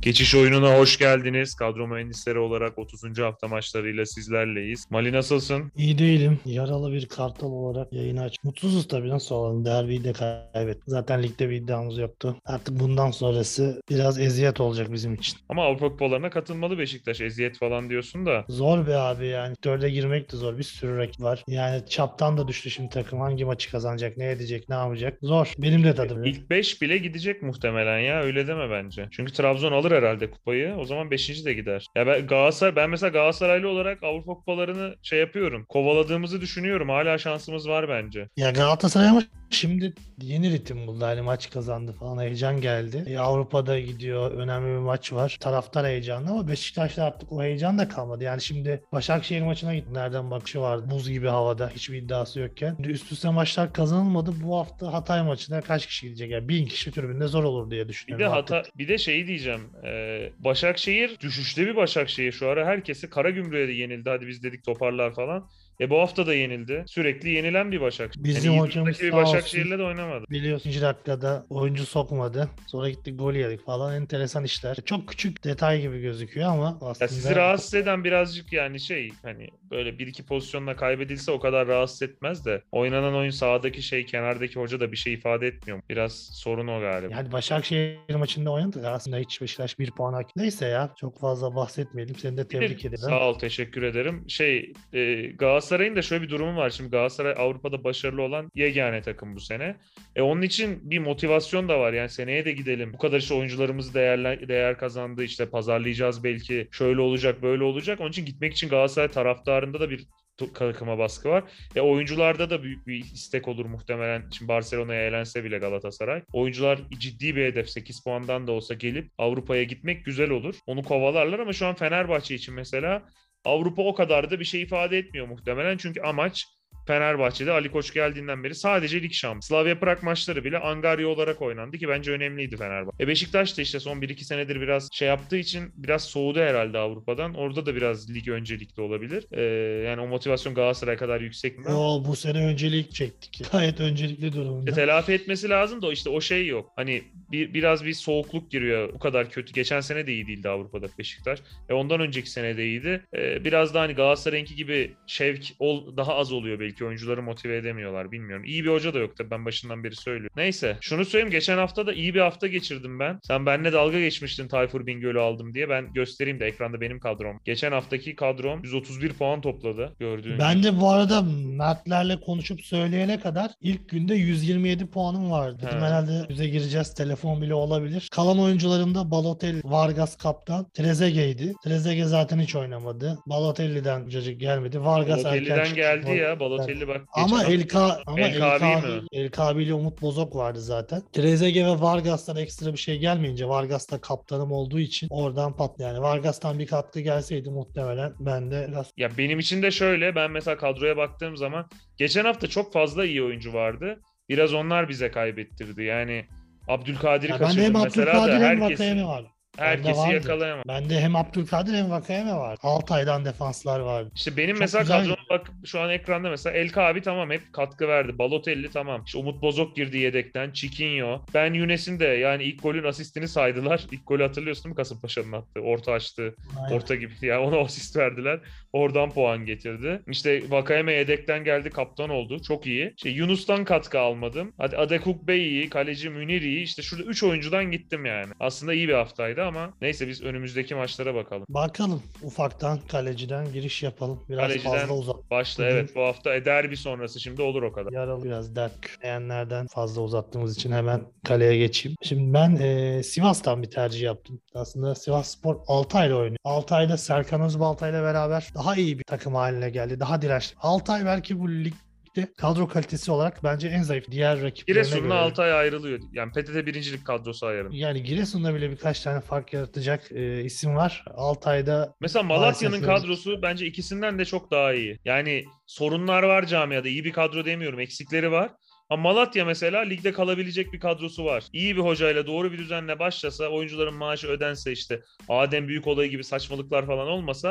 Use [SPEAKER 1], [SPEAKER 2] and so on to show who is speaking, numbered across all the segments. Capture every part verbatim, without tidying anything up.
[SPEAKER 1] Geçiş oyununa hoş geldiniz. Kadro mühendisleri olarak otuzuncu hafta maçlarıyla sizlerleyiz. Mali nasılsın?
[SPEAKER 2] İyi değilim. Yaralı bir kartal olarak yayını aç. Mutsuzuz tabii, nasıl olalım. Derbiyi de kaybettik. Zaten ligde bir iddiamız yoktu. Artık bundan sonrası biraz eziyet olacak bizim için.
[SPEAKER 1] Ama Avrupa Kupalarına katılmalı Beşiktaş. Eziyet falan diyorsun da.
[SPEAKER 2] Zor be abi yani. Dörde girmek de zor. Bir sürü rakip var. Yani çaptan da düştü şimdi takım. Hangi maçı kazanacak, ne edecek, ne yapacak? Zor. Benim de tadım.
[SPEAKER 1] İlk beş bile gidecek muhtemelen ya. Öyle deme bence. Çünkü Trabzon alır herhalde kupayı. O zaman beşinci de gider. Ya ben Galatasaray, ben mesela Galatasaraylı olarak Avrupa Kupalarını şey yapıyorum. Kovaladığımızı düşünüyorum. Hala şansımız var bence.
[SPEAKER 2] Ya Galatasaray ama şimdi yeni ritim buldu. Hani maç kazandı falan, heyecan geldi. E, Avrupa'da gidiyor. Önemli bir maç var. Taraftar heyecanlı ama Beşiktaş'ta artık o heyecan da kalmadı. Yani şimdi Başakşehir maçına gitti. Nereden bakışı vardı. Buz gibi havada. Hiçbir iddiası yokken. Şimdi üst üste maçlar kazanılmadı. Bu hafta Hatay maçına kaç kişi gidecek? Yani bin kişi tribünde zor olur diye
[SPEAKER 1] Bir de
[SPEAKER 2] düşünüyorum
[SPEAKER 1] hata,
[SPEAKER 2] artık.
[SPEAKER 1] bir de şeyi diyeceğim. Ee, Başakşehir düşüşte bir Başakşehir. Şu ara herkesi Karagümrük'e de yenildi. Hadi biz dedik toparlar falan. E bu hafta da yenildi. Sürekli yenilen bir Başakşehir. Yani
[SPEAKER 2] Bizim
[SPEAKER 1] iyi
[SPEAKER 2] hocamız
[SPEAKER 1] durumdaki bir
[SPEAKER 2] sağ olsun.
[SPEAKER 1] Başakşehir'le de oynamadı.
[SPEAKER 2] Biliyorsun ikinci dakikada oyuncu sokmadı. Sonra gittik gol yedik falan. Enteresan işler. Çok küçük detay gibi gözüküyor ama
[SPEAKER 1] Ya sizi
[SPEAKER 2] aslında
[SPEAKER 1] rahatsız eden birazcık yani şey hani böyle bir iki pozisyonla kaybedilse o kadar rahatsız etmez de oynanan oyun sahadaki şey kenardaki hoca da bir şey ifade etmiyor. Biraz sorun o galiba.
[SPEAKER 2] yani Başakşehir maçında oynadık. Aslında hiç Beşiktaş bir puan hak. Neyse ya, çok fazla bahsetmeyelim. Seni de
[SPEAKER 1] Bir de
[SPEAKER 2] tebrik ederim.
[SPEAKER 1] sağ ol teşekkür ederim. Şey e, Galatasaray'ın da şöyle bir durumu var. Şimdi Galatasaray Avrupa'da başarılı olan yegane takım bu sene. E onun için bir motivasyon da var. Yani seneye de gidelim. Bu kadar işte oyuncularımız değerler, değer kazandı. İşte pazarlayacağız belki. Şöyle olacak böyle olacak. Onun için gitmek için Galatasaray taraftarında da bir takıma baskı var. E oyuncularda da büyük bir istek olur muhtemelen. Şimdi Barcelona'ya elense bile Galatasaray. Oyuncular ciddi bir hedef sekiz puandan da olsa gelip Avrupa'ya gitmek güzel olur. Onu kovalarlar ama şu an Fenerbahçe için mesela Avrupa o kadar da bir şey ifade etmiyor muhtemelen. Çünkü amaç Fenerbahçe'de Ali Koç geldiğinden beri sadece lig şampiyonu. Slavia Prag maçları bile angarya olarak oynandı ki bence önemliydi Fenerbahçe. E Beşiktaş da işte son bir iki senedir biraz şey yaptığı için biraz soğudu herhalde Avrupa'dan. Orada da biraz lig öncelikli olabilir. E, yani o motivasyon Galatasaray kadar yüksek mi?
[SPEAKER 2] Yo, bu sene öncelik çektik. Gayet öncelikli
[SPEAKER 1] İşte
[SPEAKER 2] durumda.
[SPEAKER 1] telafi etmesi lazım da işte o şey yok. Hani bir, biraz bir soğukluk giriyor. O kadar kötü. Geçen sene de iyi değildi Avrupa'da Beşiktaş. E ondan önceki sene de iyiydi. E, biraz daha hani Galatasaray'ınki gibi şevk ol, daha az oluyor belki. Oyuncuları motive edemiyorlar. Bilmiyorum. İyi bir hoca da yok tabii. Ben başından beri söylüyorum. Neyse. Şunu söyleyeyim. Geçen hafta da iyi bir hafta geçirdim ben. Sen benimle dalga geçmiştin Tayfur Bingöl'ü aldım diye. Ben göstereyim de ekranda benim kadrom. Geçen haftaki kadrom yüz otuz bir puan topladı. Gördüğün gibi.
[SPEAKER 2] Ben de bu arada Mertlerle konuşup söyleyene kadar ilk günde yüz yirmi yedi puanım vardı. Dedim
[SPEAKER 1] Ha.
[SPEAKER 2] herhalde yüze gireceğiz. Telefon bile olabilir. Kalan oyuncularımda Balotelli, Vargas kaptan, Trezeguet'ydi. Trezeguet zaten hiç oynamadı. Balotelli'den çocuk gelmedi. Vargas erken
[SPEAKER 1] Balotelli'den
[SPEAKER 2] çıkmış.
[SPEAKER 1] geldi ya. Balotelli bak geçen
[SPEAKER 2] Ama
[SPEAKER 1] hafta
[SPEAKER 2] El Ka ama
[SPEAKER 1] El
[SPEAKER 2] El
[SPEAKER 1] Kabi
[SPEAKER 2] Kabi,
[SPEAKER 1] mi?
[SPEAKER 2] El Kabi ile Umut Bozok vardı zaten. Trezeguet ve Vargas'tan ekstra bir şey gelmeyince, Vargas da kaptanım olduğu için oradan pat yani Vargas'tan bir katkı gelseydi muhtemelen ben de biraz.
[SPEAKER 1] Ya benim için de şöyle, ben mesela kadroya baktığım zaman geçen hafta çok fazla iyi oyuncu vardı. Biraz onlar bize kaybettirdi. Yani Abdülkadir'i
[SPEAKER 2] Ya bende hem
[SPEAKER 1] kaçırdım mesela da
[SPEAKER 2] Abdülkadir hem
[SPEAKER 1] herkesi
[SPEAKER 2] Vakayeme var. Bende
[SPEAKER 1] herkesi
[SPEAKER 2] vardı.
[SPEAKER 1] yakalayamam.
[SPEAKER 2] Bende hem Abdülkadir hem Vakayeme var. Altay'dan defanslar vardı.
[SPEAKER 1] İşte benim
[SPEAKER 2] Çok
[SPEAKER 1] mesela
[SPEAKER 2] güzel.
[SPEAKER 1] kadroma bak şu an ekranda mesela El Kabi tamam hep katkı verdi. Balotelli tamam. İşte Umut Bozok girdi yedekten. Çikinyo. Ben Younes'in de yani ilk golün asistini saydılar. İlk golü hatırlıyorsun değil mi Kasımpaşa'nın attığı? Orta açtı.
[SPEAKER 2] Aynen.
[SPEAKER 1] Orta gibi. Yani ona asist verdiler. Oradan puan getirdi. İşte Vakayeme yedekten geldi kaptan oldu. Çok iyi. İşte Yunus'tan katkı almadım. Hadi Adekuk Bey iyi. Kaleci Münir iyi. İşte şurada üç oyuncudan gittim yani. Aslında iyi bir haftaydı ama neyse biz önümüzdeki maçlara bakalım.
[SPEAKER 2] Bakalım, ufaktan kaleciden giriş yapalım. Biraz
[SPEAKER 1] Kaleciden
[SPEAKER 2] fazla uzat.
[SPEAKER 1] başla.
[SPEAKER 2] Bugün
[SPEAKER 1] Evet bu hafta e, derbi sonrası şimdi olur o kadar.
[SPEAKER 2] yaralı, biraz dert küreyenlerden fazla uzattığımız için hemen kaleye geçeyim. Şimdi ben e, Sivas'tan bir tercih yaptım. Aslında Sivasspor Altay'la oynuyor. Altay'da Serkan Özbaltay'la beraber daha iyi bir takım haline geldi. Daha dirençli. Altay belki bu ligde kadro kalitesi olarak bence en zayıf, diğer rakiplerine
[SPEAKER 1] Giresun'la
[SPEAKER 2] göre.
[SPEAKER 1] altı ay ayrılıyor. Yani P T T birincilik kadrosu ayarında.
[SPEAKER 2] Yani Giresun'da bile birkaç tane fark yaratacak e, isim var. Altay'da
[SPEAKER 1] Mesela
[SPEAKER 2] maalesef
[SPEAKER 1] Malatya'nın
[SPEAKER 2] öyle.
[SPEAKER 1] kadrosu bence ikisinden de çok daha iyi. Yani sorunlar var camiada. İyi bir kadro demiyorum. Eksikleri var. Ama Malatya mesela ligde kalabilecek bir kadrosu var. İyi bir hocayla doğru bir düzenle başlasa, oyuncuların maaşı ödense işte Adem Büyük olayı gibi saçmalıklar falan olmasa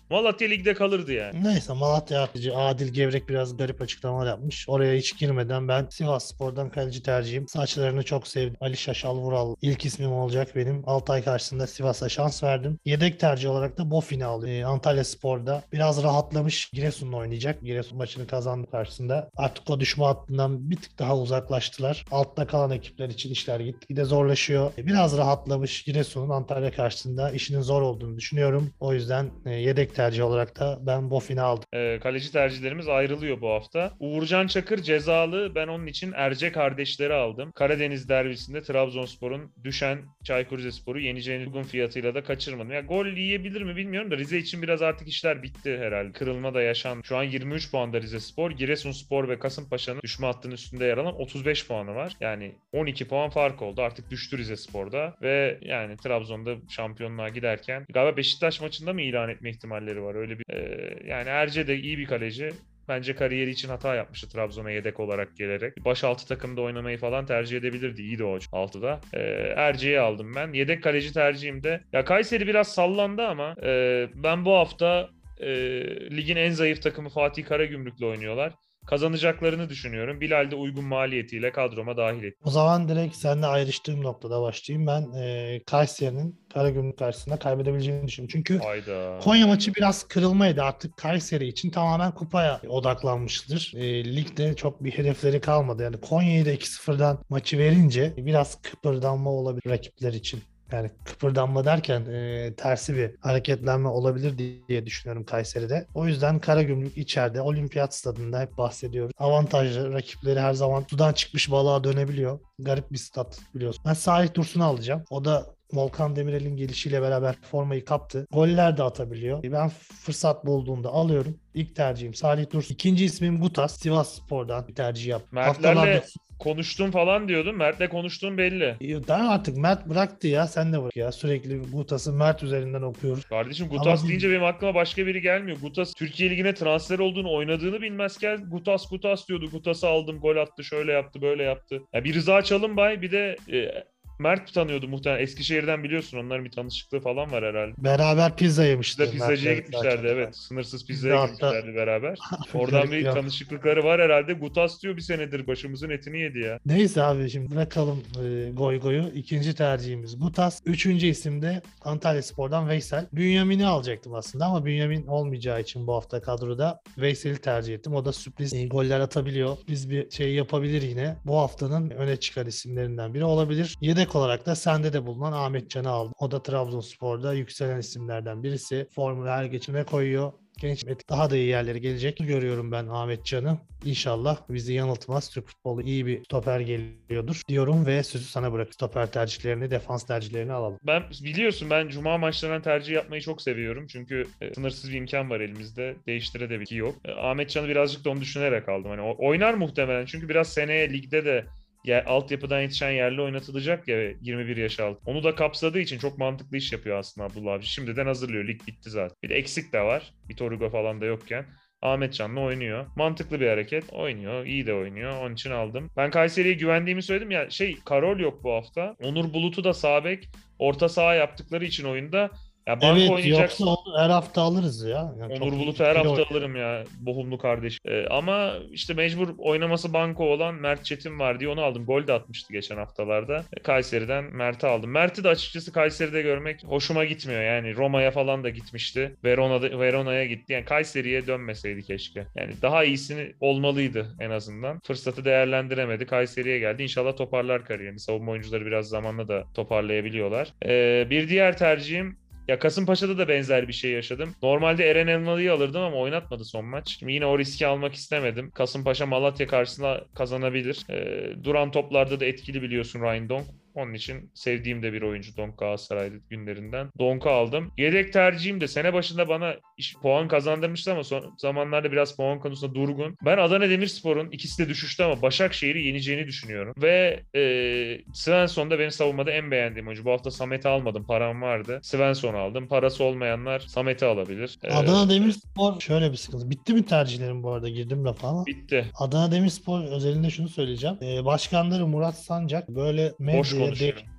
[SPEAKER 1] Malatya ligde kalırdı yani.
[SPEAKER 2] Neyse, Malatya atıcı Adil Gevrek biraz garip açıklamalar yapmış. Oraya hiç girmeden ben Sivasspor'dan kaleci tercihim. Saçlarını çok sevdim. Ali Şaşal Vural ilk ismim olacak benim. Altay karşısında Sivas'a şans verdim. Yedek tercih olarak da Bofin'i aldım. Ee, Antalyaspor'da biraz rahatlamış. Giresun'la oynayacak. Giresun maçını kazandı karşısında. Artık o düşme hattından bir tık daha uzaklaştılar. Altta kalan ekipler için işler gitgide zorlaşıyor. Ee, Biraz rahatlamış Giresun'un Antalya karşısında işinin zor olduğunu düşünüyorum. O yüzden e, yedek tercih olarak da ben Bofin'i aldım.
[SPEAKER 1] Ee, kaleci tercihlerimiz ayrılıyor bu hafta. Uğurcan Çakır cezalı. Ben onun için Erce kardeşleri aldım. Karadeniz derbisinde Trabzonspor'un düşen Çaykur Rizespor'u yeneceğini uygun fiyatıyla da kaçırmadım. Ya gol yiyebilir mi bilmiyorum da Rize için biraz artık işler bitti herhalde. Kırılma da yaşandı. Şu an yirmi üç puanda Rizespor. Giresunspor ve Kasımpaşa'nın düşme hattının üstünde yer alan otuz beş puanı var. Yani on iki puan fark oldu. Artık düştü Rizespor'da ve yani Trabzon'da şampiyonluğa giderken galiba Beşiktaş maçında mı ilan etme ihtimalleri var? Öyle bir e, yani Erce de iyi bir kaleci. Bence kariyeri için hata yapmıştı Trabzon'a yedek olarak gelerek. Baş altı takımda oynamayı falan tercih edebilirdi. İyi de o altıda. Ee, Erce'yi aldım ben. Yedek kaleci tercihimde. Ya Kayseri biraz sallandı ama e, ben bu hafta e, ligin en zayıf takımı Fatih Karagümrük'le oynuyorlar. Kazanacaklarını düşünüyorum. Bilal de uygun maliyetiyle kadroma dahil ettim.
[SPEAKER 2] O zaman direkt seninle ayrıştığım noktada başlayayım. Ben e, Kayseri'nin Karagümrük karşısında kaybedebileceğini düşünüyorum. Çünkü
[SPEAKER 1] Hayda.
[SPEAKER 2] Konya maçı biraz kırılmaydı. Artık Kayseri için tamamen kupaya odaklanmıştır. E, ligde çok bir hedefleri kalmadı. Yani Konya'yı da iki sıfırdan maçı verince biraz kıpırdanma olabilir rakipler için. Yani kıpırdanma derken e, tersi bir hareketlenme olabilir diye düşünüyorum Kayseri'de. O yüzden Karagümrük içeride Olimpiyat Stadında hep bahsediyoruz. Avantajlı, rakipleri her zaman sudan çıkmış balığa dönebiliyor. Garip bir stat biliyorsun. Ben Salih Dursun'u alacağım. O da Volkan Demirel'in gelişiyle beraber formayı kaptı. Goller de atabiliyor. Ben fırsat bulduğumda alıyorum. İlk tercihim Salih Dursun. İkinci ismim Gutas. Sivasspor'dan bir tercih yaptım.
[SPEAKER 1] Mertlerle
[SPEAKER 2] Haftalarda
[SPEAKER 1] konuştum falan diyordun. Mert'le konuştuğun belli.
[SPEAKER 2] ben artık Mert bıraktı ya. Sen de bırak ya. Sürekli Gutas'ı Mert üzerinden okuyoruz.
[SPEAKER 1] Kardeşim
[SPEAKER 2] Ama
[SPEAKER 1] Gutas
[SPEAKER 2] biz-
[SPEAKER 1] deyince benim aklıma başka biri gelmiyor. Gutas Türkiye Ligi'ne transfer olduğunu, oynadığını bilmezken Gutas Gutas diyordu. Gutas'ı aldım, gol attı, şöyle yaptı, böyle yaptı. Ya bir Rıza Çalınbay, bir de e, Mert tanıyordu muhtemelen. Eskişehir'den biliyorsun. Onların bir tanışıklığı falan var herhalde.
[SPEAKER 2] Beraber pizza
[SPEAKER 1] Biz
[SPEAKER 2] yemişti.
[SPEAKER 1] de pizzacıya
[SPEAKER 2] Mert'le
[SPEAKER 1] gitmişlerdi,
[SPEAKER 2] Saçma.
[SPEAKER 1] evet. Sınırsız
[SPEAKER 2] Biz
[SPEAKER 1] pizzaya
[SPEAKER 2] de hatta-
[SPEAKER 1] gitmişlerdi beraber. Oradan bir tanışıklıkları var herhalde. Gutas diyor bir senedir başımızın etini yedi ya.
[SPEAKER 2] Neyse abi, şimdi bırakalım e, goy goyu. İkinci tercihimiz Gutas. Üçüncü isim de Antalyaspor'dan Veysel. Bünyamin'i alacaktım aslında ama Bünyamin olmayacağı için bu hafta kadroda Veysel'i tercih ettim. O da sürpriz e, goller atabiliyor. Biz bir şey yapabilir yine. Bu haftanın öne çıkan isimlerinden biri olabilir. Yedek olarak da sende de bulunan Ahmet Can'ı aldım. O da Trabzonspor'da yükselen isimlerden birisi. Formülü her geçime koyuyor. Genç ve daha da iyi yerlere gelecek görüyorum ben Ahmet Can'ı. İnşallah bizi yanıltmaz. Türk futbolu iyi bir stoper geliyordur diyorum ve sözü sana bırak. Stoper tercihlerini, defans tercihlerini alalım.
[SPEAKER 1] Ben biliyorsun ben cuma maçlarından tercih yapmayı çok seviyorum. Çünkü e, sınırsız bir imkan var elimizde. Değiştirebiliriz ki yok. E, Ahmet Can'ı birazcık da onu düşünerek aldım. Hani o- oynar muhtemelen. Çünkü biraz seneye ligde de ya, altyapıdan yetişen yerli oynatılacak ya yirmi bir yaş altı. Onu da kapsadığı için çok mantıklı iş yapıyor aslında Abdullah Avcı. Şimdiden hazırlıyor. Lig bitti zaten. Bir de eksik de var. Vitor Hugo falan da yokken. Ahmet Can'la oynuyor. Mantıklı bir hareket. Oynuyor. İyi de oynuyor. Onun için aldım. Ben Kayseri'ye güvendiğimi söyledim ya. Şey Karol yok bu hafta. Onur Bulut'u da sağ bek, orta saha yaptıkları için oyunda. Ya banko
[SPEAKER 2] Evet,
[SPEAKER 1] oynayacak.
[SPEAKER 2] yoksa onu her hafta alırız ya. Yani
[SPEAKER 1] Onur
[SPEAKER 2] çok iyi
[SPEAKER 1] Bulut'u her
[SPEAKER 2] fikir
[SPEAKER 1] hafta
[SPEAKER 2] oynuyor.
[SPEAKER 1] alırım ya. Bohumlu kardeş. Ee, ama işte mecbur oynaması banko olan Mert Çetin var diye onu aldım. Gol de atmıştı geçen haftalarda. Ee, Kayseri'den Mert'i aldım. Mert'i de açıkçası Kayseri'de görmek hoşuma gitmiyor. Yani Roma'ya falan da gitmişti. Verona'da, Verona'ya gitti. Yani Kayseri'ye dönmeseydi keşke. Yani daha iyisini olmalıydı en azından. Fırsatı değerlendiremedi. Kayseri'ye geldi. İnşallah toparlar kariyerini. Savunma oyuncuları biraz zamanla da toparlayabiliyorlar. Ee, bir diğer tercihim ya Kasımpaşa'da da benzer bir şey yaşadım. Normalde Eren Elmalı'yı alırdım ama oynatmadı son maç. Şimdi yine o riski almak istemedim. Kasımpaşa Malatya karşısında kazanabilir. Ee, duran toplarda da etkili biliyorsun Ryan Donk. Onun için sevdiğim de bir oyuncu Donk Galatasaray'da günlerinden. Donk'u aldım. Yedek tercihim de sene başında bana iş, puan kazandırmıştı ama son zamanlarda biraz puan konusunda durgun. Ben Adana Demirspor'un ikisi de düşüştü ama Başakşehir'i yeneceğini düşünüyorum. Ve e, Svensson da benim savunmada en beğendiğim oyuncu. Bu hafta Samet'i almadım. Param vardı. Svensson'u aldım. Parası olmayanlar Samet'i alabilir. Ee,
[SPEAKER 2] Adana Demirspor şöyle bir sıkıntı. Bitti mi tercihlerim bu arada? Girdim lafa ama.
[SPEAKER 1] bitti.
[SPEAKER 2] Adana Demirspor özelinde şunu söyleyeceğim. Ee, başkanları Murat Sancak böyle
[SPEAKER 1] Boş
[SPEAKER 2] medyaya
[SPEAKER 1] konuşuyor.
[SPEAKER 2] dev,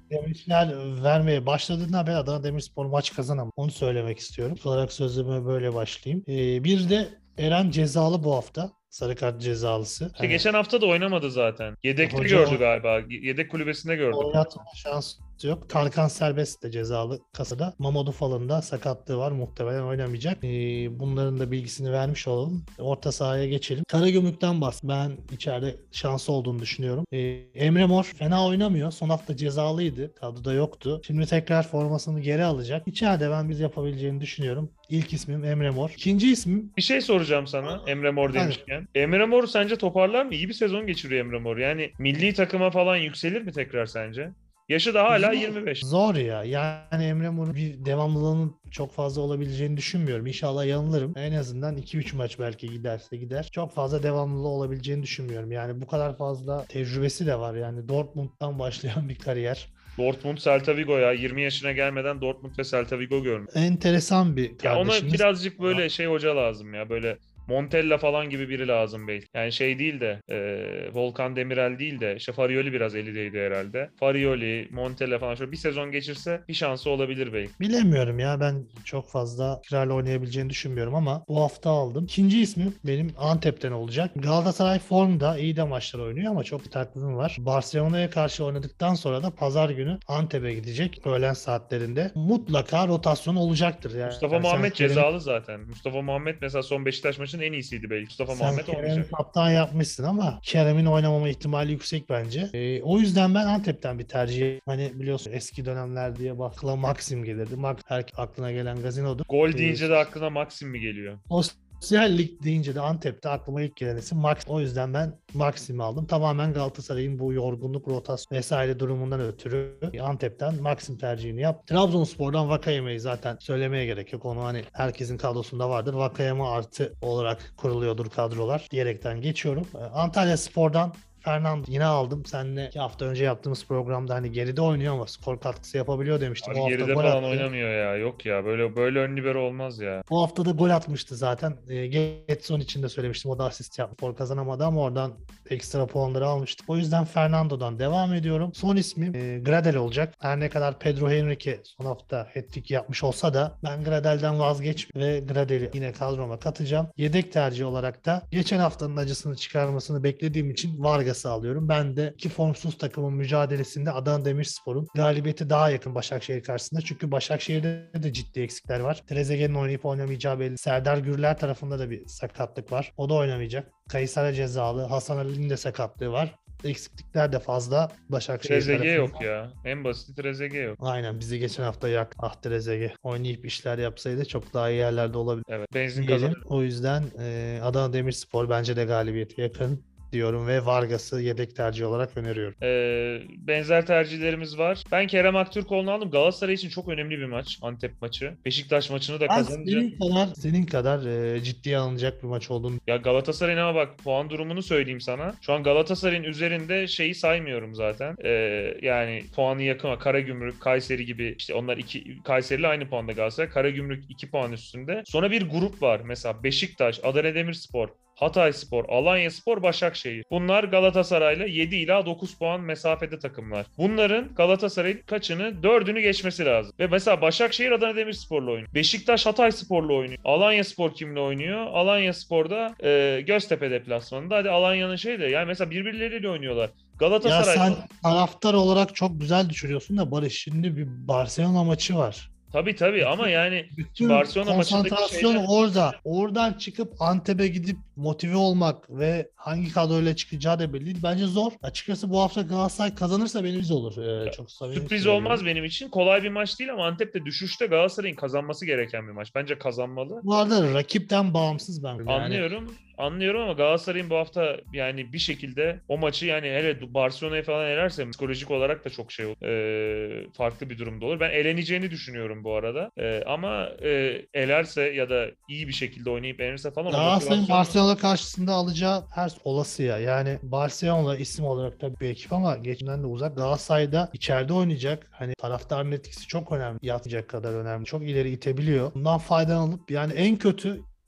[SPEAKER 2] demeçler vermeye başladığında ben Adana Demirspor maç kazanamam. Onu söylemek istiyorum. İlk olarak sözüme böyle başlayayım. Ee, bir de Eren cezalı bu hafta. Sarı kart cezalısı.
[SPEAKER 1] İşte
[SPEAKER 2] Hani
[SPEAKER 1] geçen hafta da oynamadı zaten. Yedekte
[SPEAKER 2] hoca
[SPEAKER 1] gördü galiba. Yedek kulübesinde gördüm.
[SPEAKER 2] oynatma şansı yok. Tarkan Serbest de cezalı kasada. Mamadou Fal'ın da sakatlığı var. Muhtemelen oynamayacak. Ee, bunların da bilgisini vermiş olalım. Orta sahaya geçelim. Karagümrük'ten bahs. Ben içeride şansı olduğunu düşünüyorum. Ee, Emre Mor fena oynamıyor. Son hafta cezalıydı. Kadroda yoktu. Şimdi tekrar formasını geri alacak. İçeride ben biz yapabileceğini düşünüyorum. İlk ismim Emre Mor. İkinci ismim
[SPEAKER 1] Bir şey soracağım sana Emre Mor
[SPEAKER 2] yani
[SPEAKER 1] demişken. Emre Mor sence toparlar mı? İyi bir sezon geçiriyor Emre Mor. Yani milli takıma falan yükselir mi tekrar sence? Yaşı da hala
[SPEAKER 2] zor,
[SPEAKER 1] yirmi beş.
[SPEAKER 2] zor ya. Yani Emre Mor'un bir devamlılığının çok fazla olabileceğini düşünmüyorum. İnşallah yanılırım. En azından iki üç maç belki giderse gider. Çok fazla devamlılığı olabileceğini düşünmüyorum. Yani bu kadar fazla tecrübesi de var. Yani Dortmund'dan başlayan bir kariyer.
[SPEAKER 1] Dortmund, Celta Vigo ya. yirmi yaşına gelmeden Dortmund ve Celta Vigo görmüş.
[SPEAKER 2] Enteresan bir
[SPEAKER 1] Ya ona
[SPEAKER 2] kardeşimiz.
[SPEAKER 1] birazcık böyle şey hoca lazım ya. Böyle Montella falan gibi biri lazım belki. Yani şey değil de e, Volkan Demirel değil de işte Farioli biraz eli değdi herhalde. Farioli, Montella falan şöyle bir sezon geçirse bir şansı olabilir belki.
[SPEAKER 2] Bilemiyorum ya, ben çok fazla ikrarla oynayabileceğini düşünmüyorum ama bu hafta aldım. İkinci ismim benim Antep'ten olacak. Galatasaray formda, iyi de maçlar oynuyor ama çok bir takvimi var. Barcelona'ya karşı oynadıktan sonra da pazar günü Antep'e gidecek öğlen saatlerinde. Mutlaka rotasyon olacaktır. Yani,
[SPEAKER 1] Mustafa
[SPEAKER 2] yani sen
[SPEAKER 1] Muhammed
[SPEAKER 2] Kerem'i
[SPEAKER 1] cezalı zaten. Mustafa Muhammed mesela son Beşiktaş maçının en iyisiydi belki. Mustafa
[SPEAKER 2] sen
[SPEAKER 1] Muhammed
[SPEAKER 2] Kerem'i
[SPEAKER 1] olmayacak.
[SPEAKER 2] kaptan yapmışsın ama Kerem'in oynamama ihtimali yüksek bence. Ee, o yüzden ben Antep'ten bir tercih. Hani biliyorsun eski dönemler diye bakla Maxim gelirdi. Max her aklına gelen gazinodur.
[SPEAKER 1] Gol
[SPEAKER 2] Ee,
[SPEAKER 1] deyince de aklına Maxim mi geliyor?
[SPEAKER 2] Sosyal lig deyince de Antep'te aklıma ilk gelen isim Max. O yüzden ben Maxim'i aldım. Tamamen Galatasaray'ın bu yorgunluk, rotasyon vesaire durumundan ötürü Antep'ten Maxim tercihini yap. Trabzonspor'dan Vakayeme'yi zaten söylemeye gerek yok. Onu hani herkesin kadrosunda vardır. Vakayeme artı olarak kuruluyordur kadrolar diyerekten geçiyorum. Ee, Antalya Spor'dan Fernando yine aldım. Seninle iki hafta önce yaptığımız programda hani geride oynuyor ama skor katkısı yapabiliyor demiştim.
[SPEAKER 1] Abi
[SPEAKER 2] O hafta
[SPEAKER 1] geride
[SPEAKER 2] gol
[SPEAKER 1] falan
[SPEAKER 2] attı.
[SPEAKER 1] oynamıyor ya. Yok ya. Böyle böyle ön libero olmaz ya.
[SPEAKER 2] Bu hafta da gol atmıştı zaten. E, Getson için de söylemiştim. O da asist yaptı. Gol kazanamadı ama oradan ekstra puanları almıştık. O yüzden Fernando'dan devam ediyorum. Son ismim e, Gradel olacak. Her ne kadar Pedro Henrique son hafta hat-trick yapmış olsa da ben Gradel'den vazgeç ve Gradel'i yine kadroma katacağım. Yedek tercih olarak da geçen haftanın acısını çıkarmasını beklediğim için Vargas'ı alıyorum. Ben de iki formsuz takımın mücadelesinde Adana Demirspor'un galibiyeti daha yakın Başakşehir karşısında. Çünkü Başakşehir'de de ciddi eksikler var. Trezeguet'in oynayıp oynamayacağı belli. Serdar Gürler tarafında da bir sakatlık var. O da oynamayacak. Kayısara cezalı. Hasan Ali'nin de sakatlığı var. Eksiklikler de fazla Başakşehir
[SPEAKER 1] Trezeguet
[SPEAKER 2] tarafında.
[SPEAKER 1] yok ya. En basit Trezeguet yok.
[SPEAKER 2] Aynen, bizi geçen hafta yak. Ah, Trezeguet oynayıp işler yapsaydı çok daha iyi yerlerde olabilir
[SPEAKER 1] Evet. Benzin
[SPEAKER 2] diyelim.
[SPEAKER 1] kazanır.
[SPEAKER 2] O yüzden e, Adana Demirspor bence de galibiyete yakın diyorum ve Vargas'ı yedek tercih olarak öneriyorum.
[SPEAKER 1] Ee, benzer tercihlerimiz var. Ben Kerem Aktürkoğlu'nu aldım. Galatasaray için çok önemli bir maç. Antep maçı. Beşiktaş maçını da
[SPEAKER 2] Ben
[SPEAKER 1] kazanınca.
[SPEAKER 2] senin kadar senin kadar e, ciddiye alınacak bir maç olduğunu.
[SPEAKER 1] Ya Galatasaray'ın ama bak puan durumunu söyleyeyim sana. Şu an Galatasaray'ın üzerinde şeyi saymıyorum zaten. Ee, yani puanı yakın ama Karagümrük, Kayseri gibi işte onlar iki Kayseri'yle aynı puanda Galatasaray. Karagümrük iki puan üstünde. Sonra bir grup var. Mesela Beşiktaş, Adana Demirspor, Hatayspor, Alanyaspor, Başakşehir. Bunlar Galatasaray'la yedi ila dokuz puan mesafede takımlar. Bunların Galatasaray'ın kaçını? dördünü geçmesi lazım. Ve mesela Başakşehir Adana Demirspor'la oynuyor. Beşiktaş Hatayspor'la oynuyor. Alanyaspor kimle oynuyor? Alanyaspor'da e, Göztepe deplasmanında. Hadi Alanya'nın şey de yani mesela birbirleriyle oynuyorlar.
[SPEAKER 2] Ya
[SPEAKER 1] Galatasaray
[SPEAKER 2] sen taraftar olarak çok güzel düşürüyorsun da Barış, şimdi bir Barcelona maçı var.
[SPEAKER 1] tabii tabii ama yani şimdi
[SPEAKER 2] Bütün
[SPEAKER 1] Barcelona maçındaki
[SPEAKER 2] konsantrasyon
[SPEAKER 1] şeyler
[SPEAKER 2] orada. Oradan çıkıp Antep'e gidip motive olmak ve hangi kadroyla çıkacağı da belli değil. Bence zor. Açıkçası bu hafta Galatasaray kazanırsa benim için olur. Ee, çok samimi
[SPEAKER 1] sürpriz
[SPEAKER 2] söylüyorum.
[SPEAKER 1] olmaz benim için. Kolay bir maç değil ama Antep'te düşüşte Galatasaray'ın kazanması gereken bir maç. Bence kazanmalı.
[SPEAKER 2] Bu arada rakipten bağımsız ben. Yani
[SPEAKER 1] Anlıyorum. Anlıyorum ama Galatasaray'ın bu hafta yani bir şekilde o maçı yani hele Barcelona'ya falan elerse psikolojik olarak da çok şey olur. Ee, farklı bir durumda olur. Ben eleneceğini düşünüyorum bu arada. Ee, ama e, elerse ya da iyi bir şekilde oynayıp elenirse falan o
[SPEAKER 2] Galatasaray'ın
[SPEAKER 1] motivasyonu
[SPEAKER 2] Barcelona karşısında alacağı her olası ya. Yani Barcelona isim olarak tabii bir ekip ama geçimden de uzak. Galatasaray'da içeride oynayacak. Hani taraftarın etkisi çok önemli. Yatacak kadar önemli. Çok ileri itebiliyor. Bundan faydalanıp yani en kötü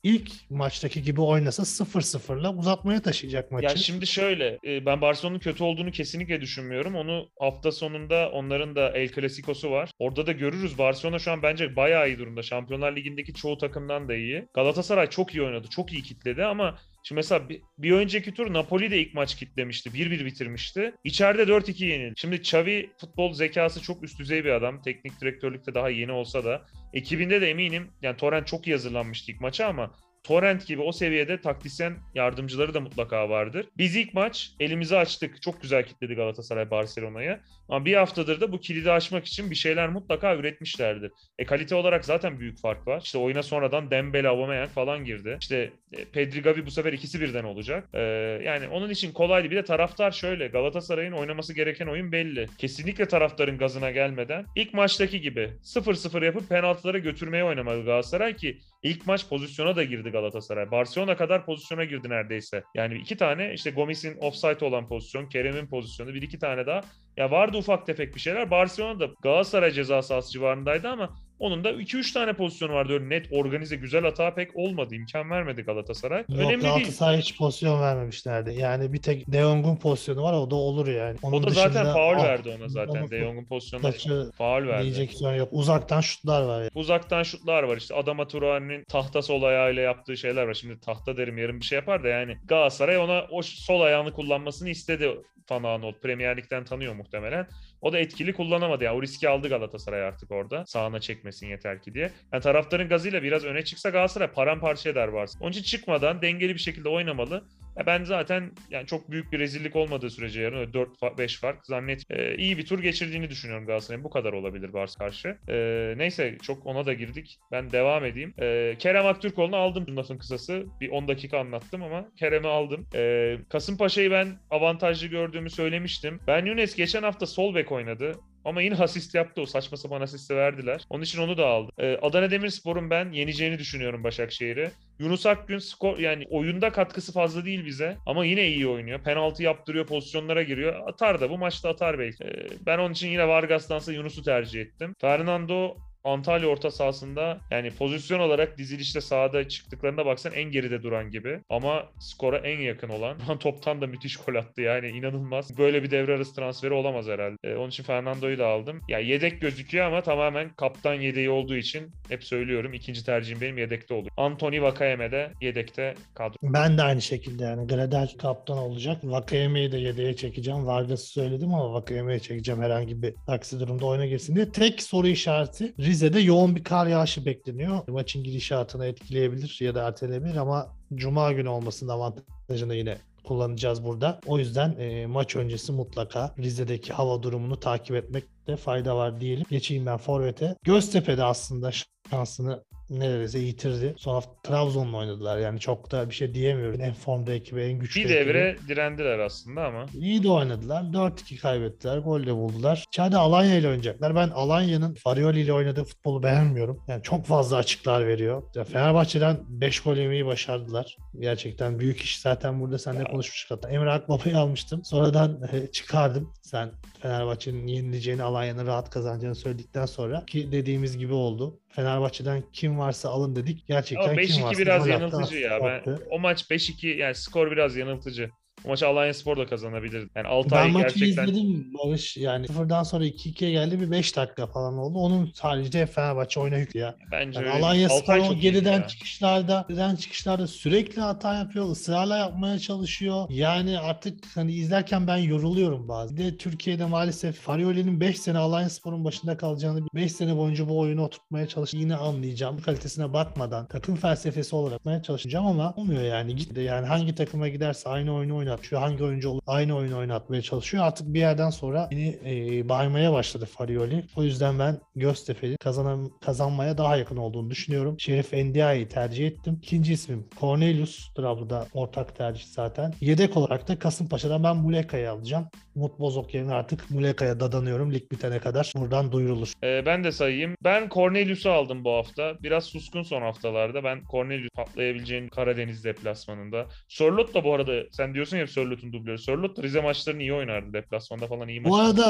[SPEAKER 2] ilk maçtaki gibi oynasa sıfır sıfırla uzatmaya taşıyacak
[SPEAKER 1] Ya
[SPEAKER 2] maçı.
[SPEAKER 1] şimdi şöyle, e, ben Barcelona'nın kötü olduğunu kesinlikle düşünmüyorum. Onu hafta sonunda onların da El Clasico'su var. Orada da görürüz. Barcelona şu an bence bayağı iyi durumda. Şampiyonlar Ligi'ndeki çoğu takımdan da iyi. Galatasaray çok iyi oynadı. Çok iyi kitledi ama şimdi mesela bir, bir önceki tur Napoli de ilk maç kitlemişti. bir bir bitirmişti. İçeride dört iki yenildi. Şimdi Xavi futbol zekası çok üst düzey bir adam. Teknik direktörlükte daha yeni olsa da. Ekibinde de eminim yani Torrent çok iyi hazırlanmıştı ilk maça ama Torrent gibi o seviyede taktisyen yardımcıları da mutlaka vardır. Biz ilk maç elimizi açtık. Çok güzel kilitledi Galatasaray Barcelona'ya. Ama bir haftadır da bu kilidi aşmak için bir şeyler mutlaka üretmişlerdir. E kalite olarak zaten büyük fark var. İşte oyuna sonradan Dembele, Aubameyang falan girdi. İşte e, Pedri, Gavi bu sefer ikisi birden olacak. E, yani onun için kolaydı. Bir de taraftar şöyle. Galatasaray'ın oynaması gereken oyun belli. Kesinlikle taraftarın gazına gelmeden ilk maçtaki gibi sıfır sıfır yapıp penaltılara götürmeye oynamalı Galatasaray ki ilk maç pozisyona da girdi Galatasaray. Barcelona kadar pozisyona girdi neredeyse. Yani iki tane işte Gomis'in offside olan pozisyon, Kerem'in pozisyonu, bir iki tane daha. Ya vardı ufak tefek bir şeyler. Barcelona da Galatasaray ceza sahası civarındaydı ama onun da iki üç tane pozisyonu vardı. Öyle net, organize, güzel hata pek olmadı. İmkan vermedi Galatasaray.
[SPEAKER 2] Yok,
[SPEAKER 1] Önemli değil.
[SPEAKER 2] Galatasaray hiç pozisyon vermemişlerdi. Yani bir tek De Jong'un pozisyonu var, o da olur yani.
[SPEAKER 1] O
[SPEAKER 2] Onun
[SPEAKER 1] da zaten
[SPEAKER 2] dışında
[SPEAKER 1] faul
[SPEAKER 2] ah,
[SPEAKER 1] verdi ona zaten. De Jong'un pozisyonunda
[SPEAKER 2] taçı
[SPEAKER 1] faul verdi.
[SPEAKER 2] diyecek şey yok. Uzaktan şutlar var yani.
[SPEAKER 1] Uzaktan şutlar var işte. Adama Traore'nin tahta sol ayağıyla yaptığı şeyler var. Şimdi tahta derim yarın bir şey yapar da yani Galatasaray ona o sol ayağını kullanmasını istedi. Van Aanholt Premier Lig'den tanıyor muhtemelen. O da etkili kullanamadı. Yani o riski aldı Galatasaray artık orada. Sağına çekmesin yeter ki diye. Yani taraftarın gazıyla biraz öne çıksa Galatasaray paramparça eder varsa. Onun için çıkmadan dengeli bir şekilde oynamalı. Ya ben zaten yani çok büyük bir rezillik olmadığı sürece yarın öyle dört beş fark zannet e, iyi bir tur geçirdiğini düşünüyorum Galatasaray'ın. Bu kadar olabilir Barça karşı. E, neyse çok ona da girdik. Ben devam edeyim. E, Kerem Aktürkoğlu'nu aldım lafın kısası. Bir on dakika anlattım ama Kerem'i aldım. E, Kasımpaşa'yı ben avantajlı gördüğümü söylemiştim. Ben Younes geçen hafta sol bek oynadı. Ama yine asist yaptı. O saçma sapan asisti verdiler. Onun için onu da aldım. Ee, Adana Demirspor'un ben yeneceğini düşünüyorum Başakşehir'i. Yunus Akgün skor yani oyunda katkısı fazla değil bize ama yine iyi oynuyor. Penaltı yaptırıyor, pozisyonlara giriyor. Atar da bu maçta atar belki. Ee, ben onun için yine Vargas'tansa Yunus'u tercih ettim. Fernando Antalya orta sahasında yani pozisyon olarak dizilişte sahada çıktıklarına baksan en geride duran gibi. Ama skora en yakın olan. Toptan da müthiş gol attı yani inanılmaz. Böyle bir devre arası transferi olamaz herhalde. Ee, onun için Fernando'yu da aldım. Ya yedek gözüküyor ama tamamen kaptan yedeği olduğu için hep söylüyorum. İkinci tercihim benim yedekte oluyor. Anthony Vakayeme de yedekte kadro.
[SPEAKER 2] Ben de aynı şekilde yani Gradel kaptan olacak. Vakayeme'yi de yedeğe çekeceğim. Vargas'ı söyledim ama Vakayeme'yi çekeceğim herhangi bir aksi durumda oyuna girsin diye. Tek soru işareti Rize'de yoğun bir kar yağışı bekleniyor. Maçın gidişatını etkileyebilir ya da erteleyebilir ama Cuma günü olmasının avantajını yine kullanacağız burada. O yüzden e, maç öncesi mutlaka Rize'deki hava durumunu takip etmekte fayda var diyelim. Geçeyim ben forvete. Göztepe'de aslında şansını neredeyse yitirdi. Sonra Trabzon'la oynadılar. Yani çok da bir şey diyemiyorum. En formda ekibi, en güçlü
[SPEAKER 1] Bir
[SPEAKER 2] ekibi.
[SPEAKER 1] devre direndiler aslında ama.
[SPEAKER 2] İyi de oynadılar. dört iki kaybettiler. Gol de buldular. İçeride Alanya ile oynayacaklar. Ben Alanya'nın Farioli ile oynadığı futbolu beğenmiyorum. Yani çok fazla açıklar veriyor. Ya Fenerbahçe'den beş gol yemeyi başardılar. Gerçekten büyük iş. Zaten burada seninle konuşmuştuk hatta. Emre Akbaba'yı almıştım. Sonradan e, çıkardım. Sen Fenerbahçe'nin yenileceğini, Alanya'nın rahat kazanacağını söyledikten sonra ki dediğimiz gibi oldu. Fenerbahçe'den kim varsa alın dedik. Gerçekten
[SPEAKER 1] Ama
[SPEAKER 2] kim
[SPEAKER 1] beş iki
[SPEAKER 2] varsa
[SPEAKER 1] biraz
[SPEAKER 2] gol attı,
[SPEAKER 1] yanıltıcı ya. Ben
[SPEAKER 2] attı.
[SPEAKER 1] o maç beş iki yani skor biraz yanıltıcı. O maçı Alanyaspor da kazanabilirdi. Yani Altay
[SPEAKER 2] Ben maçı
[SPEAKER 1] gerçekten
[SPEAKER 2] izledim Barış. Yani sıfırdan sonra iki ikiye geldi, bir beş dakika falan oldu. Onun haricinde Fenerbahçe oyuna yüklü ya.
[SPEAKER 1] bence
[SPEAKER 2] Yani
[SPEAKER 1] öyle değil.
[SPEAKER 2] Alanya
[SPEAKER 1] Altay
[SPEAKER 2] Spor
[SPEAKER 1] çok iyiydi
[SPEAKER 2] geriden
[SPEAKER 1] ya.
[SPEAKER 2] çıkışlarda, geriden çıkışlarda sürekli hata yapıyor, ısrarla yapmaya çalışıyor. Yani artık hani izlerken ben yoruluyorum bazen. Bir de Türkiye'de maalesef Farioli'nin beş sene Alanya Spor'un başında kalacağını, beş sene boyunca bu oyunu oturtmaya çalıştığını yine anlayacağım. Kalitesine bakmadan takım felsefesi olarak yapmaya çalışacağım ama olmuyor yani. Gitti yani hangi takıma giderse aynı oyunu oynatıyor. Hangi oyuncu olur aynı oyunu oynatmaya çalışıyor. Artık bir yerden sonra beni e, baymaya başladı Farioli. O yüzden ben Göztepe'yi kazanan, kazanmaya daha yakın olduğunu düşünüyorum. Şerif Endia'yı tercih ettim. İkinci ismim Cornelius. Trabzon'da ortak tercih zaten. Yedek olarak da Kasımpaşa'dan ben Muleka'yı alacağım. Umut Bozok yerine artık Muleka'ya dadanıyorum. Lig bitene kadar buradan duyurulur.
[SPEAKER 1] Ee, ben de sayayım. Ben Cornelius'u aldım bu hafta. Biraz suskun son haftalarda. Ben Cornelius patlayabileceğin Karadeniz deplasmanında. Sörloth da bu arada sen diyorsun ya Sörloth'un dublörü. Sörloth da Rize maçlarını iyi oynardı. Deplasmanda falan iyi
[SPEAKER 2] Bu
[SPEAKER 1] maçlar.
[SPEAKER 2] arada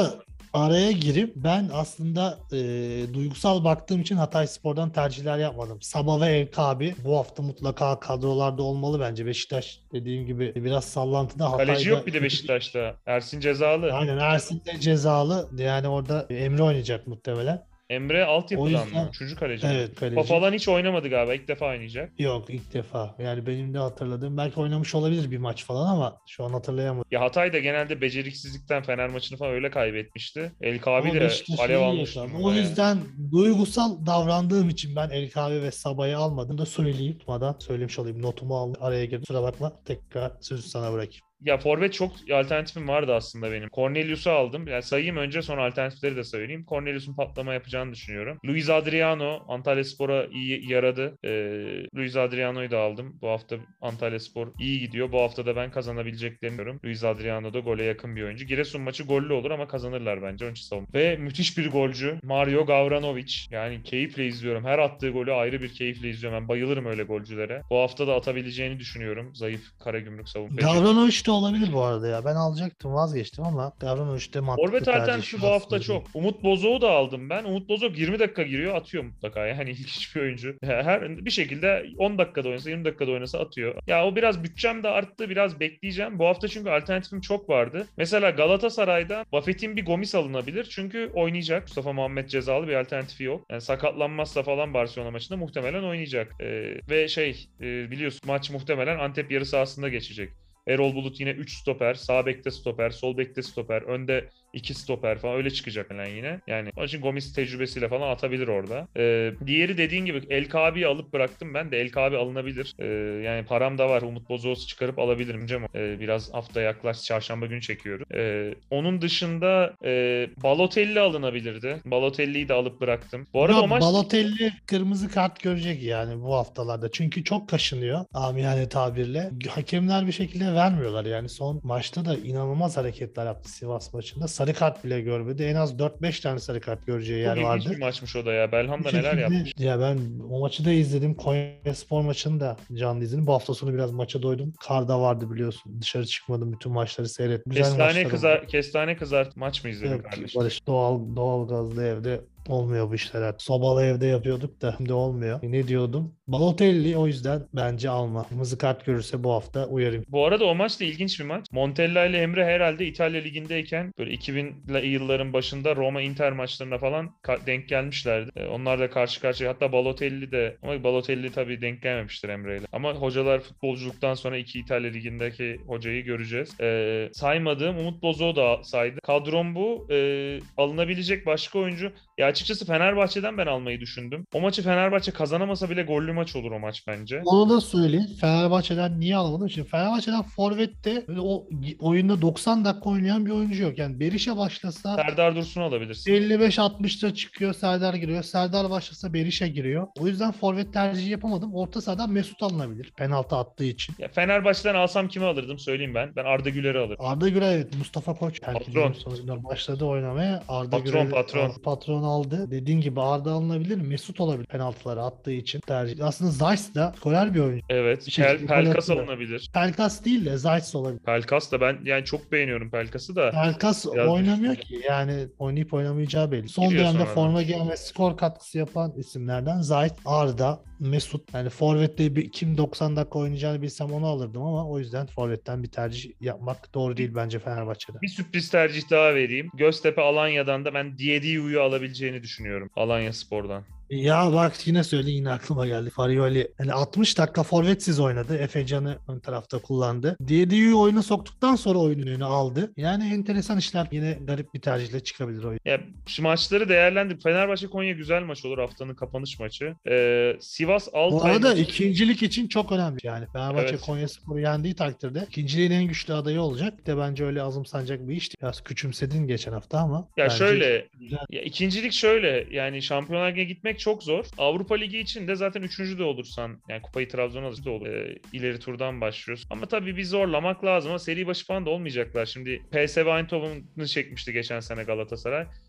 [SPEAKER 2] araya girip ben aslında e, duygusal baktığım için Hatayspor'dan tercihler yapmadım. Saba ve El Kabi bu hafta mutlaka kadrolarda olmalı bence. Beşiktaş dediğim gibi biraz sallantıda,
[SPEAKER 1] Kaleci
[SPEAKER 2] Hatay'da
[SPEAKER 1] yok bir de
[SPEAKER 2] kötü.
[SPEAKER 1] Beşiktaş'ta. Ersin cezalı.
[SPEAKER 2] Aynen, Ersin de cezalı. Yani orada Emre oynayacak muhtemelen.
[SPEAKER 1] Emre
[SPEAKER 2] O
[SPEAKER 1] altyapıdan mı?
[SPEAKER 2] yüzden
[SPEAKER 1] Üçüncü kaleci mi?
[SPEAKER 2] evet,
[SPEAKER 1] Kupa
[SPEAKER 2] kaleci.
[SPEAKER 1] falan hiç oynamadı galiba. İlk defa oynayacak.
[SPEAKER 2] Yok, ilk defa. Yani benim de hatırladığım, belki oynamış olabilir bir maç falan ama şu an hatırlayamadım.
[SPEAKER 1] Ya Hatay da genelde beceriksizlikten Fener maçını falan öyle kaybetmişti. El Kabi
[SPEAKER 2] Ama
[SPEAKER 1] de
[SPEAKER 2] Beşiktaş'ı
[SPEAKER 1] alev
[SPEAKER 2] iyi
[SPEAKER 1] almıştı
[SPEAKER 2] yakaladı.
[SPEAKER 1] bunda
[SPEAKER 2] O
[SPEAKER 1] ya.
[SPEAKER 2] yüzden duygusal davrandığım için ben El Kabe ve Sabah'ı almadım da söyleyeyim. Tutmadan söylemiş olayım. Notumu al, araya girdim. Kusura bakma. Tekrar sözü sana bırakayım.
[SPEAKER 1] Ya forvet çok alternatifim vardı aslında benim. Cornelius'u aldım. Yani sayayım önce, sonra alternatifleri de söyleyeyim. Cornelius'un patlama yapacağını düşünüyorum. Luis Adriano Antalyaspor'a iyi yaradı. Ee, Luis Adriano'yu da aldım. Bu hafta Antalyaspor iyi gidiyor. Bu hafta da ben kazanabileceklerini düşünüyorum. Luis Adriano da gole yakın bir oyuncu. Giresun maçı gollü olur ama kazanırlar bence. Onun için savun. Ve müthiş bir golcü Mario Gavranovic. Yani keyifle izliyorum. Her attığı golü ayrı bir keyifle izliyorum. Ben bayılırım öyle golcülere. Bu hafta da atabileceğini düşünüyorum. Zayıf Karagümrük savunma.
[SPEAKER 2] Gavranovic de olabilir bu arada ya. Ben alacaktım, vazgeçtim ama Gavranovic de mantıklı
[SPEAKER 1] Forvet
[SPEAKER 2] tercih
[SPEAKER 1] alternatifi bu hafta
[SPEAKER 2] aslında.
[SPEAKER 1] çok. Umut Bozok'u da aldım ben. Umut Bozok yirmi dakika giriyor, atıyor mutlaka. Yani ilginç bir oyuncu. Her bir şekilde on dakikada oynasa, yirmi dakikada oynasa atıyor. Ya o biraz bütçem de arttı. Biraz bekleyeceğim. Bu hafta çünkü alternatifim çok vardı. Mesela Galatasaray'da Buffett'in bir Gomis alınabilir. Çünkü oynayacak. Mustafa Muhammed cezalı, bir alternatifi yok. Yani sakatlanmazsa falan Barcelona maçında muhtemelen oynayacak. Ee, ve şey e, biliyorsun, maç muhtemelen Antep yarı sahasında geçecek. Erol Bulut yine üç stoper. Sağ bekte stoper. Sol bekte stoper. Önde iki stoper falan öyle çıkacak falan yine. Yani onun için Gomis tecrübesiyle falan atabilir orada. Ee, diğeri dediğin gibi El Kabi'yi alıp bıraktım ben de. El Kabi alınabilir. Ee, yani param da var. Umut Bozok'u çıkarıp alabilirim Cem. Ee, biraz hafta yaklaş. Çarşamba günü çekiyorum. Ee, onun dışında e, Balotelli alınabilirdi. Balotelli'yi de alıp bıraktım. Bu arada o
[SPEAKER 2] Yok,
[SPEAKER 1] maç
[SPEAKER 2] Balotelli kırmızı kart görecek yani bu haftalarda. Çünkü çok kaşınıyor amiyane tabirle. Hakemler bir şekilde vermiyorlar yani. Son maçta da inanılmaz hareketler yaptı Sivas maçında. Sarı kart bile görmedi. En az dört beş tane sarı kart göreceği yer
[SPEAKER 1] çok ilginç
[SPEAKER 2] vardı.
[SPEAKER 1] bir maçmış o da ya. Belham
[SPEAKER 2] Bu
[SPEAKER 1] da neler
[SPEAKER 2] şekilde
[SPEAKER 1] yapmış.
[SPEAKER 2] ya, ben o maçı da izledim. Konyaspor maçını da canlı izledim. Bu hafta sonu biraz maça doydum. Kar da vardı biliyorsun. Dışarı çıkmadım. Bütün maçları seyrettim. Güzel
[SPEAKER 1] Kestane
[SPEAKER 2] maçlar oldu.
[SPEAKER 1] kızar, kestane kızart maç mı izledin
[SPEAKER 2] Yok ki
[SPEAKER 1] kardeşim?
[SPEAKER 2] Barış, doğal doğal gazlı evde olmuyor bu işler artık. Sobalı evde yapıyorduk da şimdi olmuyor. Ne diyordum? Balotelli o yüzden bence alma. Kırmızı kart görürse bu hafta uyarayım.
[SPEAKER 1] Bu arada o maç da ilginç bir maç. Montella ile Emre herhalde İtalya Ligi'ndeyken böyle iki binli yılların başında Roma Inter maçlarına falan ka- denk gelmişlerdi. Ee, onlar da karşı karşıya, hatta Balotelli de, ama Balotelli tabii denk gelmemiştir Emre ile. Ama hocalar, futbolculuktan sonra iki İtalya Ligi'ndeki hocayı göreceğiz. Ee, saymadığım Umut Bozok'u da saydı. Kadrom bu. Ee, alınabilecek başka oyuncu. Ya açıkçası Fenerbahçe'den ben almayı düşündüm. O maçı Fenerbahçe kazanamasa bile gollü maç olur o maç bence.
[SPEAKER 2] Onu da söyleyeyim. Fenerbahçe'den niye alamadım? Şimdi Fenerbahçe'den forvette böyle o oyunda doksan dakika oynayan bir oyuncu yok. Yani Berisha başlasa
[SPEAKER 1] Serdar Dursun'u alabilirsin.
[SPEAKER 2] elli beş altmışta çıkıyor, Serdar giriyor. Serdar başlasa Berisha giriyor. O yüzden forvet tercihi yapamadım. Orta sahadan Mesut alınabilir. Penaltı attığı için.
[SPEAKER 1] Ya Fenerbahçe'den alsam kimi alırdım söyleyeyim ben. Ben Arda Güler'i alırım.
[SPEAKER 2] Arda Güler, evet, Mustafa Koç belki
[SPEAKER 1] Patron.
[SPEAKER 2] bizim sonuçta başladı oynamaya. Arda
[SPEAKER 1] Patron
[SPEAKER 2] Güler
[SPEAKER 1] patron.
[SPEAKER 2] patron aldı. Dediğin gibi Arda alınabilir. Mesut olabilir penaltıları attığı için tercih. Aslında Zayt da skorer bir oyuncu.
[SPEAKER 1] Evet.
[SPEAKER 2] Bir
[SPEAKER 1] Pel
[SPEAKER 2] şekilde gol
[SPEAKER 1] Pelkas
[SPEAKER 2] atıyor.
[SPEAKER 1] alınabilir.
[SPEAKER 2] Pelkas değil de Zayt olabilir.
[SPEAKER 1] Pelkas da ben yani çok beğeniyorum Pelkas'ı da.
[SPEAKER 2] Pelkas
[SPEAKER 1] Biraz
[SPEAKER 2] oynamıyor
[SPEAKER 1] düştü.
[SPEAKER 2] ki. Yani oynayıp oynamayacağı belli. Son
[SPEAKER 1] Giriyor
[SPEAKER 2] dönemde
[SPEAKER 1] sonradan.
[SPEAKER 2] forma giyen ve skor katkısı yapan isimlerden Zayt, Arda, Mesut. Yani forvette bir kim doksan dakika oynayacağını bilsem onu alırdım ama o yüzden forvetten bir tercih yapmak doğru değil bence Fenerbahçe'de.
[SPEAKER 1] Bir sürpriz tercih daha vereyim. Göztepe Alanya'dan da ben Diedhiou'yu alabileceğini düşünüyorum. Alanya Spor'dan.
[SPEAKER 2] Ya bak, yine söyle, yine aklıma geldi. Farioli yani altmış dakika forvetsiz oynadı. Efecan'ı ön tarafta kullandı. Diedhiou'yu oyuna soktuktan sonra oyunun önüne aldı. Yani enteresan işler. Yine garip bir tercihle çıkabilir oyun.
[SPEAKER 1] Ya şu maçları değerlendir. Fenerbahçe Konya güzel maç olur, haftanın kapanış maçı. Ee, Sivas
[SPEAKER 2] Bu
[SPEAKER 1] Altay
[SPEAKER 2] arada
[SPEAKER 1] maçı.
[SPEAKER 2] ikincilik için çok önemli. Yani Fenerbahçe
[SPEAKER 1] Evet.
[SPEAKER 2] Konyaspor'u yendiği takdirde ikinciliğin en güçlü adayı olacak. Bir de bence öyle azımsanacak bir işti. Biraz küçümsedin geçen hafta ama
[SPEAKER 1] Ya
[SPEAKER 2] bence
[SPEAKER 1] şöyle,
[SPEAKER 2] güzel.
[SPEAKER 1] ya ikincilik şöyle, yani Şampiyonlar Ligi'ne gitmek çok zor. Avrupa Ligi için de zaten üçüncü de olursan, yani kupayı Trabzon alırsa da olur. Ee, ileri turdan başlıyoruz. Ama tabii bir zorlamak lazım, ama seri başı falan da olmayacaklar. Şimdi P S V Eindhoven'ı çekmişti geçen sene Galatasaray.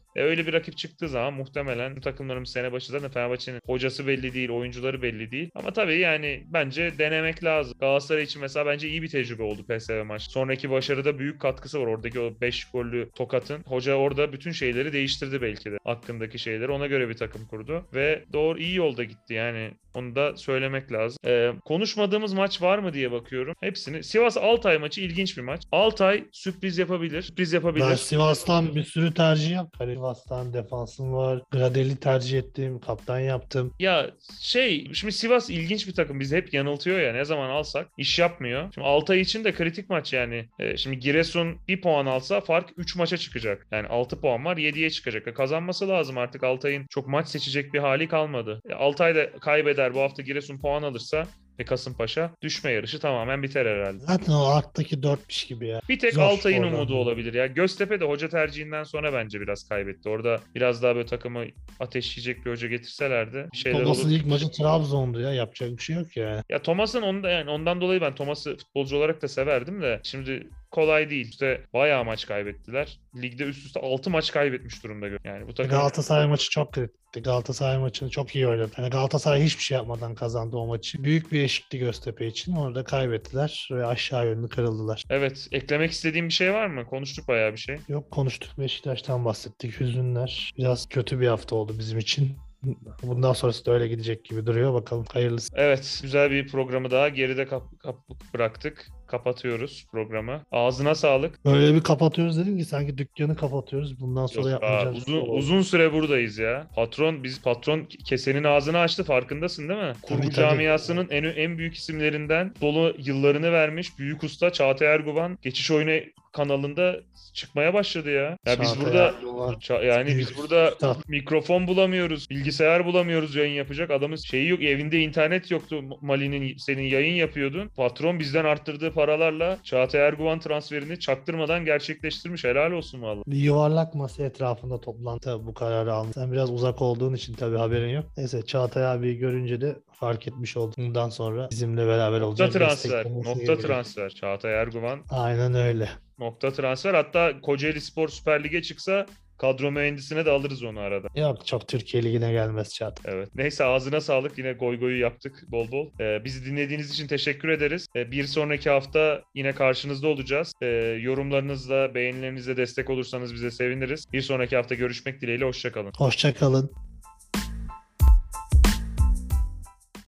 [SPEAKER 1] E, öyle bir rakip çıktığı zaman muhtemelen bu takımların sene başı zaten Fenerbahçe'nin hocası belli değil, oyuncuları belli değil. Ama tabii yani bence denemek lazım. Galatasaray için mesela bence iyi bir tecrübe oldu P S V maç. Sonraki başarıda büyük katkısı var. Oradaki o beş gollü Tokat'ın. Hoca orada bütün şeyleri değiştirdi belki de. Hakkındaki şeyleri. Ona göre bir takım kurdu. Ve doğru iyi yolda gitti yani. Onu da söylemek lazım. Ee, konuşmadığımız maç var mı diye bakıyorum. Hepsini. Sivas Altay maçı ilginç bir maç. Altay sürpriz yapabilir. Sürpriz yapabilir.
[SPEAKER 2] Ben Sivas'tan bir sürü tercih yaptım. Sivas'tan defansım var. Gradel'i tercih ettim. Kaptan yaptım.
[SPEAKER 1] Ya şey şimdi Sivas ilginç bir takım. Bizi hep yanıltıyor ya. Ne zaman alsak iş yapmıyor. Şimdi Altay için de kritik maç yani. Ee, şimdi Giresun bir puan alsa fark üç maça çıkacak. Yani altı puan var yediye çıkacak. E, kazanması lazım artık. Altay'ın çok maç seçecek bir hali kalmadı. E, Altay da kaybeder bu hafta Giresun puan alırsa ve Kasımpaşa düşme yarışı tamamen biter herhalde.
[SPEAKER 2] Zaten o arttaki dörtmüş gibi ya.
[SPEAKER 1] Bir tek
[SPEAKER 2] Zor
[SPEAKER 1] Altay'ın
[SPEAKER 2] oradan.
[SPEAKER 1] umudu olabilir ya. Göztepe de hoca tercihinden sonra bence biraz kaybetti. Orada biraz daha böyle takımı ateşleyecek bir hoca getirselerdi bir şeyler
[SPEAKER 2] Thomas'ın
[SPEAKER 1] olur.
[SPEAKER 2] ilk maçı Trabzon'du ya. Yapacak bir şey yok ya.
[SPEAKER 1] Ya Thomas'ın onda yani ondan dolayı ben Thomas'ı futbolcu olarak da severdim de şimdi kolay değil. İşte bayağı maç kaybettiler. Ligde üst üste altı maç kaybetmiş durumda. Yani bu takım
[SPEAKER 2] Galatasaray maçı çok kritikti. Galatasaray maçını çok iyi oynadı. Yani Galatasaray hiçbir şey yapmadan kazandı o maçı. Büyük bir eşikti Göztepe için. Orada kaybettiler ve aşağı yönlü kırıldılar.
[SPEAKER 1] evet, eklemek istediğim bir şey var mı? Konuştuk bayağı bir şey.
[SPEAKER 2] Yok, konuştuk. Beşiktaş'tan bahsettik. Hüzünler. Biraz kötü bir hafta oldu bizim için. Bundan sonrası da öyle gidecek gibi duruyor. Bakalım hayırlısı.
[SPEAKER 1] Evet, güzel bir programı daha geride kap- kap- bıraktık. Kapatıyoruz programı. Ağzına sağlık.
[SPEAKER 2] Böyle bir kapatıyoruz dedim ki sanki dükkanı kapatıyoruz. Bundan sonra
[SPEAKER 1] Yok, aa,
[SPEAKER 2] yapmayacağız.
[SPEAKER 1] uzun uzun süre buradayız ya. Patron biz patron kesenin ağzını açtı farkındasın değil mi? Kurgu
[SPEAKER 2] tabii.
[SPEAKER 1] camiasının en en büyük isimlerinden dolu yıllarını vermiş büyük usta Çağatay Erguvan Geçiş Oyunu kanalında çıkmaya başladı ya. Ya biz
[SPEAKER 2] Çağatay
[SPEAKER 1] burada
[SPEAKER 2] Erdoğan.
[SPEAKER 1] Ça- yani
[SPEAKER 2] Büyük
[SPEAKER 1] biz burada
[SPEAKER 2] üstad.
[SPEAKER 1] mikrofon bulamıyoruz, bilgisayar bulamıyoruz yayın yapacak. Adamın şeyi yok, evinde internet yoktu. Mali'nin senin yayın yapıyordun. Patron bizden arttırdığı paralarla Çağatay Erguvan transferini çaktırmadan gerçekleştirmiş. Helal olsun vallahi.
[SPEAKER 2] Bir yuvarlak masa etrafında toplantı bu kararı almış. Sen biraz uzak olduğun için tabii haberin yok. Neyse, Çağatay abiyi görünce de fark etmiş oldum. Bundan sonra bizimle beraber
[SPEAKER 1] Nokta
[SPEAKER 2] olacak.
[SPEAKER 1] transfer,
[SPEAKER 2] desteklemesi
[SPEAKER 1] nokta
[SPEAKER 2] gelecek.
[SPEAKER 1] transfer. Çağatay Erguvan
[SPEAKER 2] Aynen öyle.
[SPEAKER 1] nokta transfer. Hatta Kocaeli Spor Süper Lig'e çıksa kadro mühendisine de alırız onu arada.
[SPEAKER 2] Yok, çok Türkiye Ligi'ne gelmez Çağatay.
[SPEAKER 1] Evet. Neyse ağzına sağlık. Yine goy goyu yaptık bol bol. Ee, bizi dinlediğiniz için teşekkür ederiz. Ee, bir sonraki hafta yine karşınızda olacağız. Ee, yorumlarınızla, beğenilerinizle destek olursanız bize seviniriz. Bir sonraki hafta görüşmek dileğiyle. Hoşça kalın.
[SPEAKER 2] Hoşça kalın.